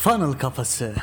Funnel Kafası.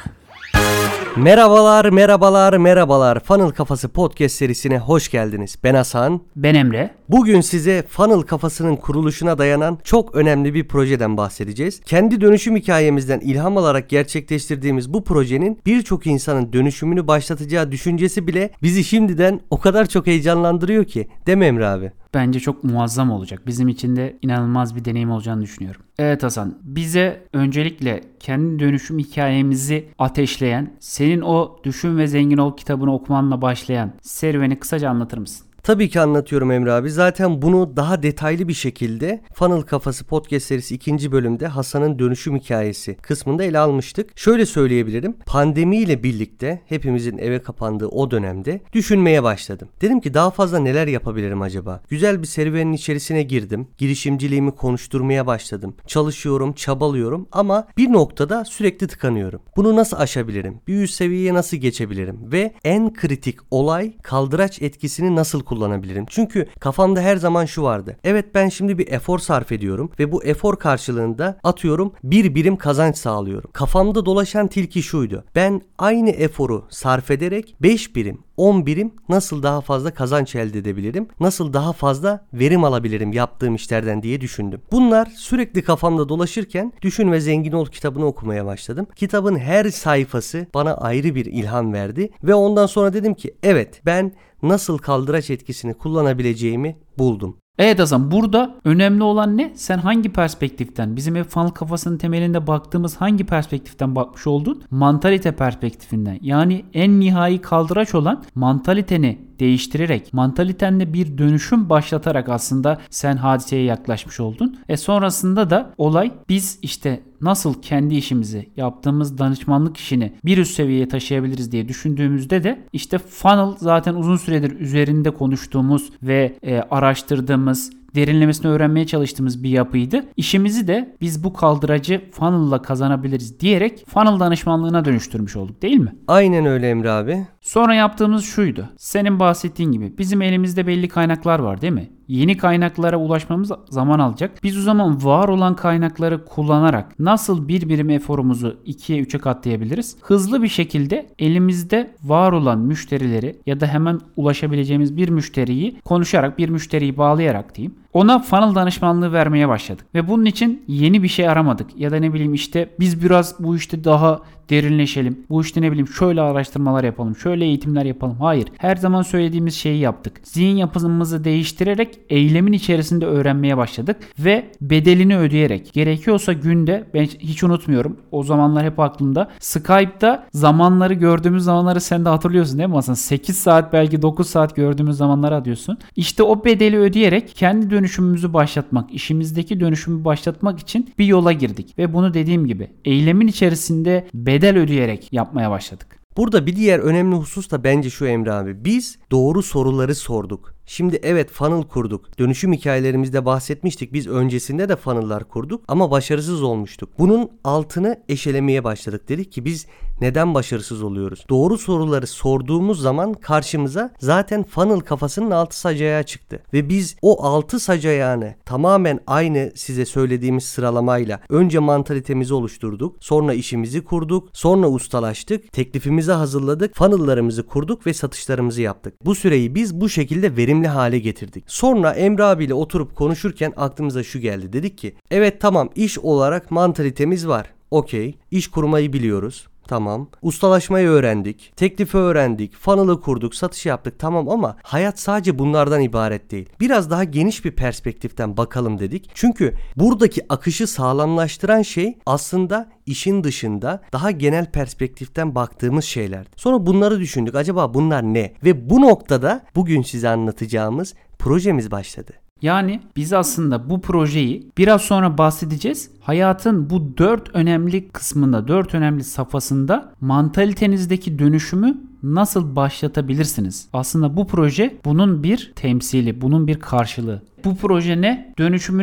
Merhabalar. Funnel Kafası podcast serisine hoş geldiniz. Ben Hasan. Ben Emre. Bugün size Funnel Kafası'nın kuruluşuna dayanan çok önemli bir projeden bahsedeceğiz. Kendi dönüşüm hikayemizden ilham alarak gerçekleştirdiğimiz bu projenin birçok insanın dönüşümünü başlatacağı düşüncesi bile bizi şimdiden o kadar çok heyecanlandırıyor ki. Değil mi Emre abi? Bence çok muazzam olacak. Bizim için de inanılmaz bir deneyim olacağını düşünüyorum. Evet Hasan, bize öncelikle kendi dönüşüm hikayemizi ateşleyen, senin o Düşün ve Zengin Ol kitabını okumanla başlayan serüveni kısaca anlatır mısın? Tabii ki anlatıyorum Emre abi. Zaten bunu daha detaylı bir şekilde Funnel Kafası podcast serisi 2. bölümde Hasan'ın dönüşüm hikayesi kısmında ele almıştık. Şöyle söyleyebilirim. Pandemiyle birlikte hepimizin eve kapandığı o dönemde düşünmeye başladım. Dedim ki daha fazla neler yapabilirim acaba? Güzel bir serüvenin içerisine girdim. Girişimciliğimi konuşturmaya başladım. Çalışıyorum, çabalıyorum ama bir noktada sürekli tıkanıyorum. Bunu nasıl aşabilirim? Bir üst seviyeye nasıl geçebilirim? Ve en kritik olay kaldıraç etkisini nasıl kullanabilirim? Çünkü kafamda her zaman şu vardı. Evet, ben şimdi bir efor sarf ediyorum ve bu efor karşılığında atıyorum bir birim kazanç sağlıyorum. Kafamda dolaşan tilki şuydu. Ben aynı eforu sarf ederek 5 birim 10 birim nasıl daha fazla kazanç elde edebilirim? Nasıl daha fazla verim alabilirim yaptığım işlerden diye düşündüm. Bunlar sürekli kafamda dolaşırken Düşün ve Zengin Ol kitabını okumaya başladım. Kitabın her sayfası bana ayrı bir ilham verdi ve ondan sonra dedim ki evet, ben nasıl kaldıraç etkisini kullanabileceğimi buldum. Evet Hasan, burada önemli olan ne? Sen hangi perspektiften, bizim hep funnel kafasının temelinde baktığımız hangi perspektiften bakmış oldun? Mantalite perspektifinden. Yani en nihai kaldıraç olan mantaliteni değiştirerek, mantalitenle bir dönüşüm başlatarak aslında sen hadiseye yaklaşmış oldun. Sonrasında da olay, biz işte nasıl kendi işimizi, yaptığımız danışmanlık işini bir üst seviyeye taşıyabiliriz diye düşündüğümüzde de işte funnel zaten uzun süredir üzerinde konuştuğumuz ve araştırdığımız, derinlemesine öğrenmeye çalıştığımız bir yapıydı. İşimizi de biz bu kaldıracı funnel'la kazanabiliriz diyerek funnel danışmanlığına dönüştürmüş olduk, değil mi? Aynen öyle Emre abi. Sonra yaptığımız şuydu. Senin bahsettiğin gibi bizim elimizde belli kaynaklar var, değil mi? Yeni kaynaklara ulaşmamız zaman alacak. Biz o zaman var olan kaynakları kullanarak nasıl bir birim eforumuzu 2'ye 3'e katlayabiliriz? Hızlı bir şekilde elimizde var olan müşterileri ya da hemen ulaşabileceğimiz bir müşteriyi konuşarak, bir müşteriyi bağlayarak diyeyim, ona funnel danışmanlığı vermeye başladık. Ve bunun için yeni bir şey aramadık. Ya da ne bileyim işte biz biraz bu işte daha derinleşelim. Bu işte ne bileyim şöyle araştırmalar yapalım, şöyle eğitimler yapalım. Hayır. Her zaman söylediğimiz şeyi yaptık. Zihin yapımızı değiştirerek eylemin içerisinde öğrenmeye başladık. Ve bedelini ödeyerek. Gerekiyorsa günde, ben hiç unutmuyorum, o zamanlar hep aklımda, Skype'da zamanları gördüğümüz zamanları sen de hatırlıyorsun değil mi Hasan? 8 saat belki 9 saat gördüğümüz zamanları atıyorsun. İşte o bedeli ödeyerek kendi dönüşümümüzü başlatmak, işimizdeki dönüşümü başlatmak için bir yola girdik. Ve bunu dediğim gibi eylemin içerisinde bedel ödeyerek yapmaya başladık. Burada bir diğer önemli husus da bence şu Emre abi. Biz doğru soruları sorduk. Şimdi evet, funnel kurduk. Dönüşüm hikayelerimizde bahsetmiştik. Biz öncesinde de funnel'lar kurduk ama başarısız olmuştuk. Bunun altını eşelemeye başladık. Dedik ki biz neden başarısız oluyoruz? Doğru soruları sorduğumuz zaman karşımıza zaten funnel kafasının 6 sac ayağı çıktı. Ve biz o 6 sac ayağını tamamen aynı size söylediğimiz sıralamayla önce mantalitemizi oluşturduk. Sonra işimizi kurduk. Sonra ustalaştık. Teklifimizi hazırladık. Funnel'larımızı kurduk ve satışlarımızı yaptık. Bu süreyi biz bu şekilde verimli hale getirdik. Sonra Emre abiyle oturup konuşurken aklımıza şu geldi. Dedik ki evet tamam, iş olarak mantalitemiz var. Okey. İş kurmayı biliyoruz. Tamam. Ustalaşmayı öğrendik. Teklifi öğrendik. Funnel'ı kurduk. Satış yaptık. Tamam ama hayat sadece bunlardan ibaret değil. Biraz daha geniş bir perspektiften bakalım dedik. Çünkü buradaki akışı sağlamlaştıran şey aslında işin dışında daha genel perspektiften baktığımız şeyler. Sonra bunları düşündük. Acaba bunlar ne? Ve bu noktada bugün size anlatacağımız projemiz başladı. Yani biz aslında bu projeyi biraz sonra bahsedeceğiz. Hayatın bu 4 önemli kısmında, 4 önemli safhasında mantalitenizdeki dönüşümü nasıl başlatabilirsiniz? Aslında bu proje bunun bir temsili, bunun bir karşılığı. Bu proje ne?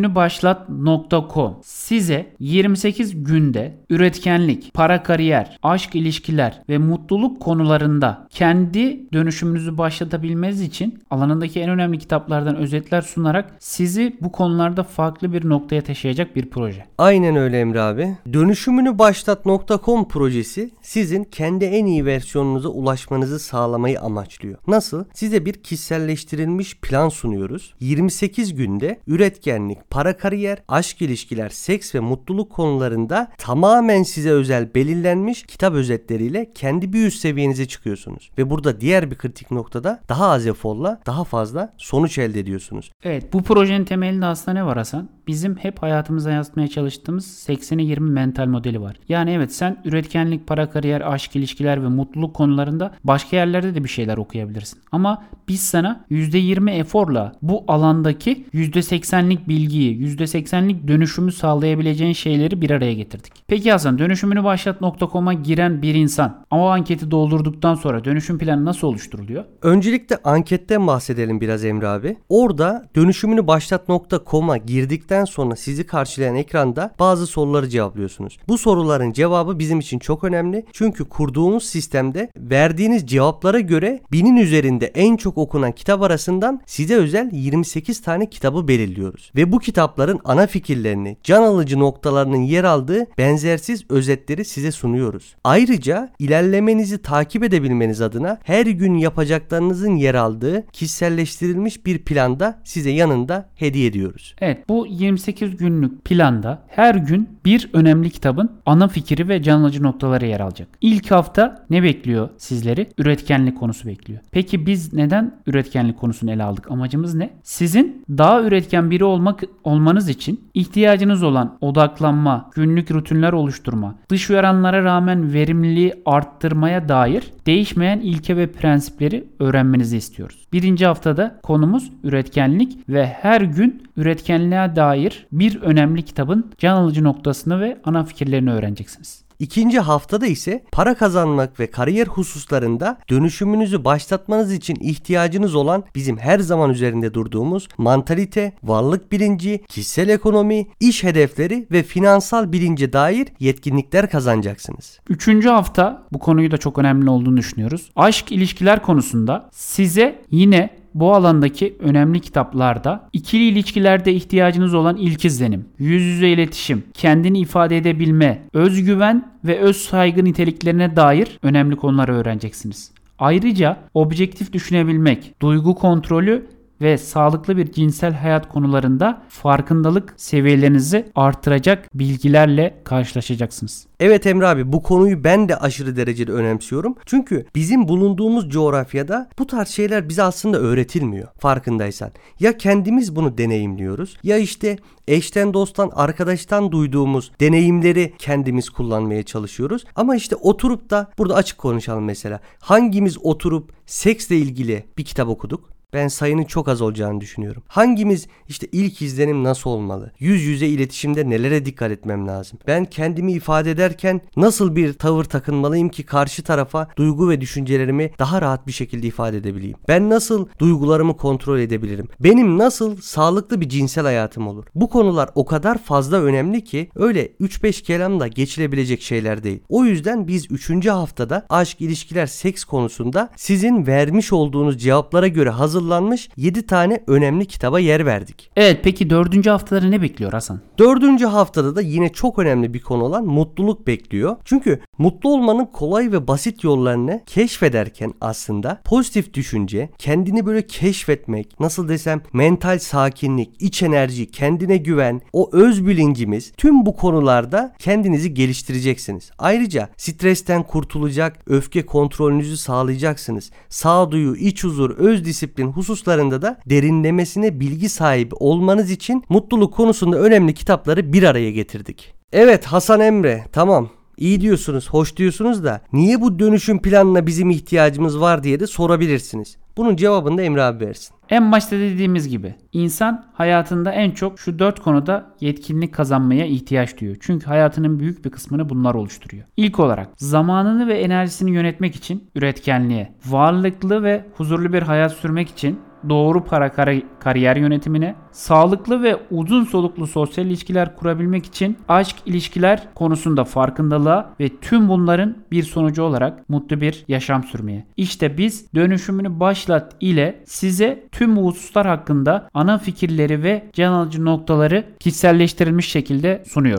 Dönüşümünübaşlat.com size 28 günde üretkenlik, para kariyer, aşk ilişkiler ve mutluluk konularında kendi dönüşümünüzü başlatabilmeniz için alanındaki en önemli kitaplardan özetler sunarak sizi bu konularda farklı bir noktaya taşıyacak bir proje. Aynen Aynen öyle Emre abi. Dönüşümünü başlat.com projesi sizin kendi en iyi versiyonunuza ulaşmanızı sağlamayı amaçlıyor. Nasıl? Size bir kişiselleştirilmiş plan sunuyoruz. 28 günde üretkenlik, para kariyer, aşk ilişkiler, seks ve mutluluk konularında tamamen size özel belirlenmiş kitap özetleriyle kendi bir üst seviyenize çıkıyorsunuz. Ve burada diğer bir kritik noktada daha az eforla daha fazla sonuç elde ediyorsunuz. Evet, bu projenin temelinde aslında ne var Hasan? Bizim hep hayatımıza yansıtmaya çalıştığımız 80'e 20 mental modeli var. Yani evet, sen üretkenlik, para kariyer, aşk ilişkiler ve mutluluk konularında başka yerlerde de bir şeyler okuyabilirsin. Ama biz sana %20 eforla bu alandaki %80'lik bilgiyi, %80'lik dönüşümü sağlayabileceğin şeyleri bir araya getirdik. Peki Hasan, dönüşümünü başlat.com'a giren bir insan o anketi doldurduktan sonra dönüşüm planı nasıl oluşturuluyor? Öncelikle anketten bahsedelim biraz Emre abi. Orada dönüşümünü başlat.com'a girdikten sonra sizi karşılayan ekranda bazı soruları cevaplıyorsunuz. Bu soruların cevabı bizim için çok önemli. Çünkü kurduğumuz sistemde verdiğiniz cevaplara göre 1000'in üzerinde en çok okunan kitap arasından size özel 28 tane kitabı belirliyoruz. Ve bu kitapların ana fikirlerini, can alıcı noktalarının yer aldığı benzersiz özetleri size sunuyoruz. Ayrıca ilerlemenizi takip edebilmeniz adına her gün yapacaklarınızın yer aldığı kişiselleştirilmiş bir planda size yanında hediye ediyoruz. Evet, bu 28 günlük planda her gün bir önemli kitabın ana fikri ve can alıcı noktaları yer alacak. İlk hafta ne bekliyor sizleri? Üretkenlik konusu bekliyor. Peki biz neden üretkenlik konusunu ele aldık? Amacımız ne? Sizin daha üretken biri olmanız için ihtiyacınız olan odaklanma, günlük rutinler oluşturma, dış uyaranlara rağmen verimliliği arttırmaya dair değişmeyen ilke ve prensipleri öğrenmenizi istiyoruz. Birinci haftada konumuz üretkenlik ve her gün üretkenliğe dair bir önemli kitabın can alıcı noktasını ve ana fikirlerini öğreneceksiniz. İkinci haftada ise para kazanmak ve kariyer hususlarında dönüşümünüzü başlatmanız için ihtiyacınız olan bizim her zaman üzerinde durduğumuz mantalite, varlık bilinci, kişisel ekonomi, iş hedefleri ve finansal bilince dair yetkinlikler kazanacaksınız. Üçüncü hafta, bu konuyu da çok önemli olduğunu düşünüyoruz. Aşk ilişkiler konusunda size yine bu alandaki önemli kitaplarda ikili ilişkilerde ihtiyacınız olan ilk izlenim, yüz yüze iletişim, kendini ifade edebilme, özgüven ve öz saygı niteliklerine dair önemli konuları öğreneceksiniz. Ayrıca objektif düşünebilmek, duygu kontrolü ve sağlıklı bir cinsel hayat konularında farkındalık seviyelerinizi artıracak bilgilerle karşılaşacaksınız. Evet Emre abi, bu konuyu ben de aşırı derecede önemsiyorum. Çünkü bizim bulunduğumuz coğrafyada bu tarz şeyler bize aslında öğretilmiyor, farkındaysan. Ya kendimiz bunu deneyimliyoruz ya işte eşten dosttan arkadaştan duyduğumuz deneyimleri kendimiz kullanmaya çalışıyoruz. Ama işte oturup da burada açık konuşalım mesela. Hangimiz oturup seksle ilgili bir kitap okuduk? Ben sayının çok az olacağını düşünüyorum. Hangimiz işte ilk izlenim nasıl olmalı? Yüz yüze iletişimde nelere dikkat etmem lazım? Ben kendimi ifade ederken nasıl bir tavır takınmalıyım ki karşı tarafa duygu ve düşüncelerimi daha rahat bir şekilde ifade edebileyim? Ben nasıl duygularımı kontrol edebilirim? Benim nasıl sağlıklı bir cinsel hayatım olur? Bu konular o kadar fazla önemli ki öyle 3-5 kelamla geçilebilecek şeyler değil. O yüzden biz 3. haftada aşk, ilişkiler, seks konusunda sizin vermiş olduğunuz cevaplara göre hazırlanmış 7 tane önemli kitaba yer verdik. Evet, peki 4. haftada ne bekliyor Hasan? 4. haftada da yine çok önemli bir konu olan mutluluk bekliyor. Çünkü mutlu olmanın kolay ve basit yollarını keşfederken aslında pozitif düşünce, kendini böyle keşfetmek, nasıl desem mental sakinlik, iç enerji, kendine güven, o öz bilincimiz, tüm bu konularda kendinizi geliştireceksiniz. Ayrıca stresten kurtulacak, öfke kontrolünüzü sağlayacaksınız. Sağduyu, iç huzur, öz disiplin hususlarında da derinlemesine bilgi sahibi olmanız için mutluluk konusunda önemli kitapları bir araya getirdik. Evet Hasan Emre, tamam. İyi diyorsunuz, hoş diyorsunuz da niye bu dönüşüm planına bizim ihtiyacımız var diye de sorabilirsiniz. Bunun cevabını da Emre abi versin. En başta dediğimiz gibi insan hayatında en çok şu 4 konuda yetkinlik kazanmaya ihtiyaç duyuyor. Çünkü hayatının büyük bir kısmını bunlar oluşturuyor. İlk olarak zamanını ve enerjisini yönetmek için üretkenliğe, varlıklı ve huzurlu bir hayat sürmek için doğru para kariyer yönetimine, sağlıklı ve uzun soluklu sosyal ilişkiler kurabilmek için aşk ilişkiler konusunda farkındalığa ve tüm bunların bir sonucu olarak mutlu bir yaşam sürmeye. İşte biz dönüşümünü başlat ile size tüm bu hususlar hakkında ana fikirleri ve can alıcı noktaları kişiselleştirilmiş şekilde sunuyoruz.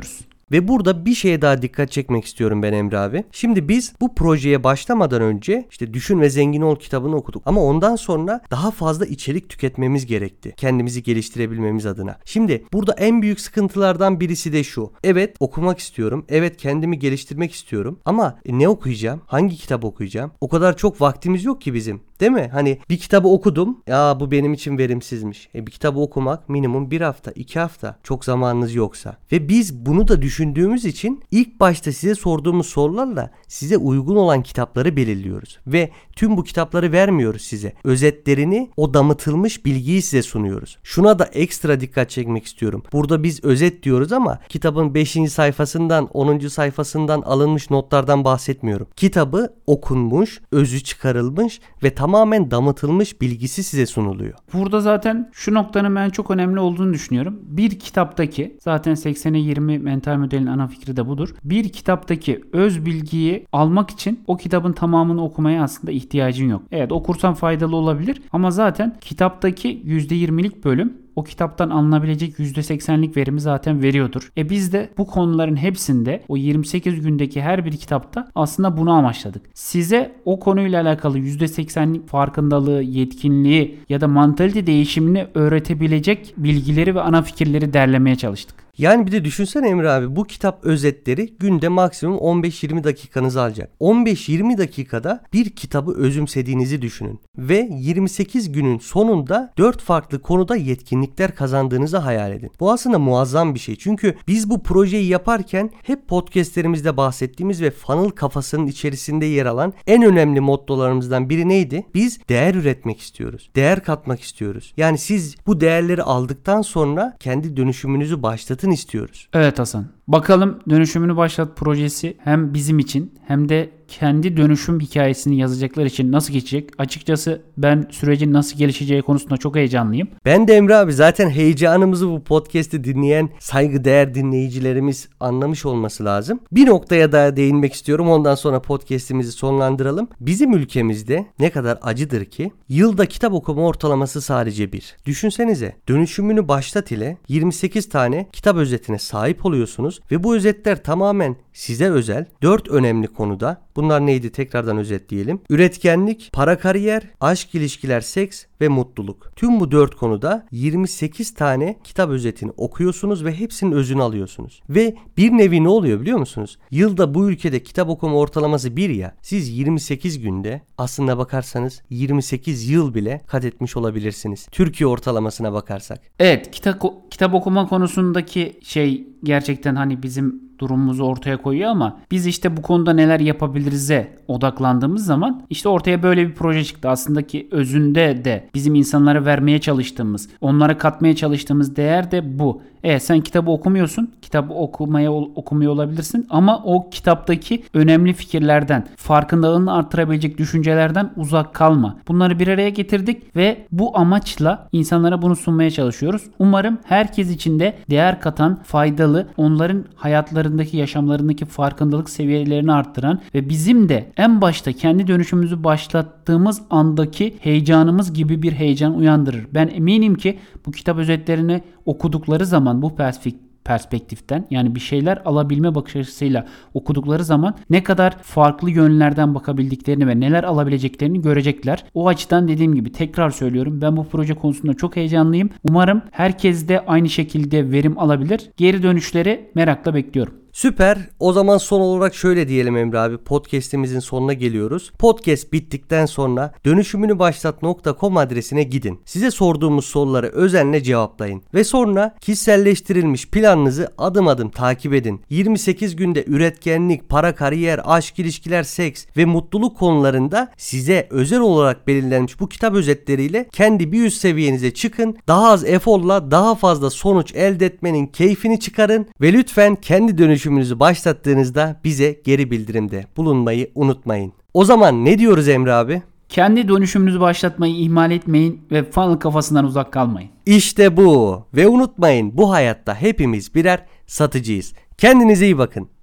Ve burada bir şeye daha dikkat çekmek istiyorum ben Emre abi. Şimdi biz bu projeye başlamadan önce işte Düşün ve Zengin Ol kitabını okuduk. Ama ondan sonra daha fazla içerik tüketmemiz gerekti. Kendimizi geliştirebilmemiz adına. Şimdi burada en büyük sıkıntılardan birisi de şu. Evet, okumak istiyorum. Evet, kendimi geliştirmek istiyorum. Ama ne okuyacağım? Hangi kitap okuyacağım? O kadar çok vaktimiz yok ki bizim. Değil mi? Hani bir kitabı okudum. Ya bu benim için verimsizmiş. Bir kitabı okumak minimum 1 hafta, 2 hafta. Çok zamanınız yoksa. Ve biz bunu da düşündüğümüz için ilk başta size sorduğumuz sorularla size uygun olan kitapları belirliyoruz. Ve tüm bu kitapları vermiyoruz size. Özetlerini, o damıtılmış bilgiyi size sunuyoruz. Şuna da ekstra dikkat çekmek istiyorum. Burada biz özet diyoruz ama kitabın 5. sayfasından, 10. sayfasından alınmış notlardan bahsetmiyorum. Kitabı okunmuş, özü çıkarılmış ve tamamen damıtılmış bilgisi size sunuluyor. Burada zaten şu noktanın ben çok önemli olduğunu düşünüyorum. Bir kitaptaki, zaten 80'e 20 mental modelin ana fikri de budur. Bir kitaptaki öz bilgiyi almak için o kitabın tamamını okumaya aslında ihtiyacın yok. Evet, okursan faydalı olabilir ama zaten kitaptaki %20'lik bölüm o kitaptan alınabilecek %80'lik verimi zaten veriyordur. Biz de bu konuların hepsinde o 28 gündeki her bir kitapta aslında bunu amaçladık. Size o konuyla alakalı %80'lik farkındalığı, yetkinliği ya da mantalite değişimini öğretebilecek bilgileri ve ana fikirleri derlemeye çalıştık. Yani bir de düşünsene Emre abi, bu kitap özetleri günde maksimum 15-20 dakikanızı alacak. 15-20 dakikada bir kitabı özümsediğinizi düşünün. Ve 28 günün sonunda 4 farklı konuda yetkinlikler kazandığınızı hayal edin. Bu aslında muazzam bir şey. Çünkü biz bu projeyi yaparken hep podcastlerimizde bahsettiğimiz ve funnel kafasının içerisinde yer alan en önemli mottolarımızdan biri neydi? Biz değer üretmek istiyoruz. Değer katmak istiyoruz. Yani siz bu değerleri aldıktan sonra kendi dönüşümünüzü başlatın istiyoruz. Evet Hasan. Bakalım Dönüşümünü Başlat projesi hem bizim için hem de kendi dönüşüm hikayesini yazacaklar için nasıl geçecek? Açıkçası ben sürecin nasıl gelişeceği konusunda çok heyecanlıyım. Ben de Emre abi, zaten heyecanımızı bu podcast'i dinleyen saygıdeğer dinleyicilerimiz anlamış olması lazım. Bir noktaya daha değinmek istiyorum, ondan sonra podcast'imizi sonlandıralım. Bizim ülkemizde ne kadar acıdır ki yılda kitap okuma ortalaması sadece 1. Düşünsenize, Dönüşümünü Başlat ile 28 tane kitap özetine sahip oluyorsunuz ve bu özetler tamamen size özel 4 önemli konuda. Bunlar neydi? Tekrardan özetleyelim. Üretkenlik, para kariyer, aşk ilişkiler, seks ve mutluluk. Tüm bu 4 konuda 28 tane kitap özetini okuyorsunuz ve hepsinin özünü alıyorsunuz. Ve bir nevi ne oluyor biliyor musunuz? Yılda bu ülkede kitap okuma ortalaması 1 ya. Siz 28 günde aslında bakarsanız 28 yıl bile kat etmiş olabilirsiniz. Türkiye ortalamasına bakarsak. Evet, kitap okuma konusundaki gerçekten hani bizim durumumuzu ortaya koyuyor ama biz işte bu konuda neler yapabiliriz'e odaklandığımız zaman işte ortaya böyle bir proje çıktı. Aslında ki özünde de bizim insanlara vermeye çalıştığımız, onlara katmaya çalıştığımız değer de bu. Sen kitabı okumuyorsun. Kitabı okumuyor olabilirsin ama o kitaptaki önemli fikirlerden, farkındalığını artırabilecek düşüncelerden uzak kalma. Bunları bir araya getirdik ve bu amaçla insanlara bunu sunmaya çalışıyoruz. Umarım herkes için de değer katan, faydalı, onların hayatlarındaki, yaşamlarındaki farkındalık seviyelerini arttıran ve bizim de en başta kendi dönüşümümüzü başlattığımız andaki heyecanımız gibi bir heyecan uyandırır. Ben eminim ki bu kitap özetlerini okudukları zaman bu perspektiften, yani bir şeyler alabilme bakış açısıyla okudukları zaman ne kadar farklı yönlerden bakabildiklerini ve neler alabileceklerini görecekler. O açıdan dediğim gibi tekrar söylüyorum, ben bu proje konusunda çok heyecanlıyım. Umarım herkes de aynı şekilde verim alabilir. Geri dönüşleri merakla bekliyorum. Süper. O zaman son olarak şöyle diyelim Emre abi. Podcast'imizin sonuna geliyoruz. Podcast bittikten sonra dönüşümünübaşlat.com adresine gidin. Size sorduğumuz soruları özenle cevaplayın. Ve sonra kişiselleştirilmiş planınızı adım adım takip edin. 28 günde üretkenlik, para, kariyer, aşk, ilişkiler, seks ve mutluluk konularında size özel olarak belirlenmiş bu kitap özetleriyle kendi bir üst seviyenize çıkın. Daha az eforla daha fazla sonuç elde etmenin keyfini çıkarın ve lütfen kendi dönüşümünüzü başlattığınızda bize geri bildirimde bulunmayı unutmayın. O zaman ne diyoruz Emre abi? Kendi dönüşümünüzü başlatmayı ihmal etmeyin ve funnel kafasından uzak kalmayın. İşte bu. Ve unutmayın, bu hayatta hepimiz birer satıcıyız. Kendinize iyi bakın.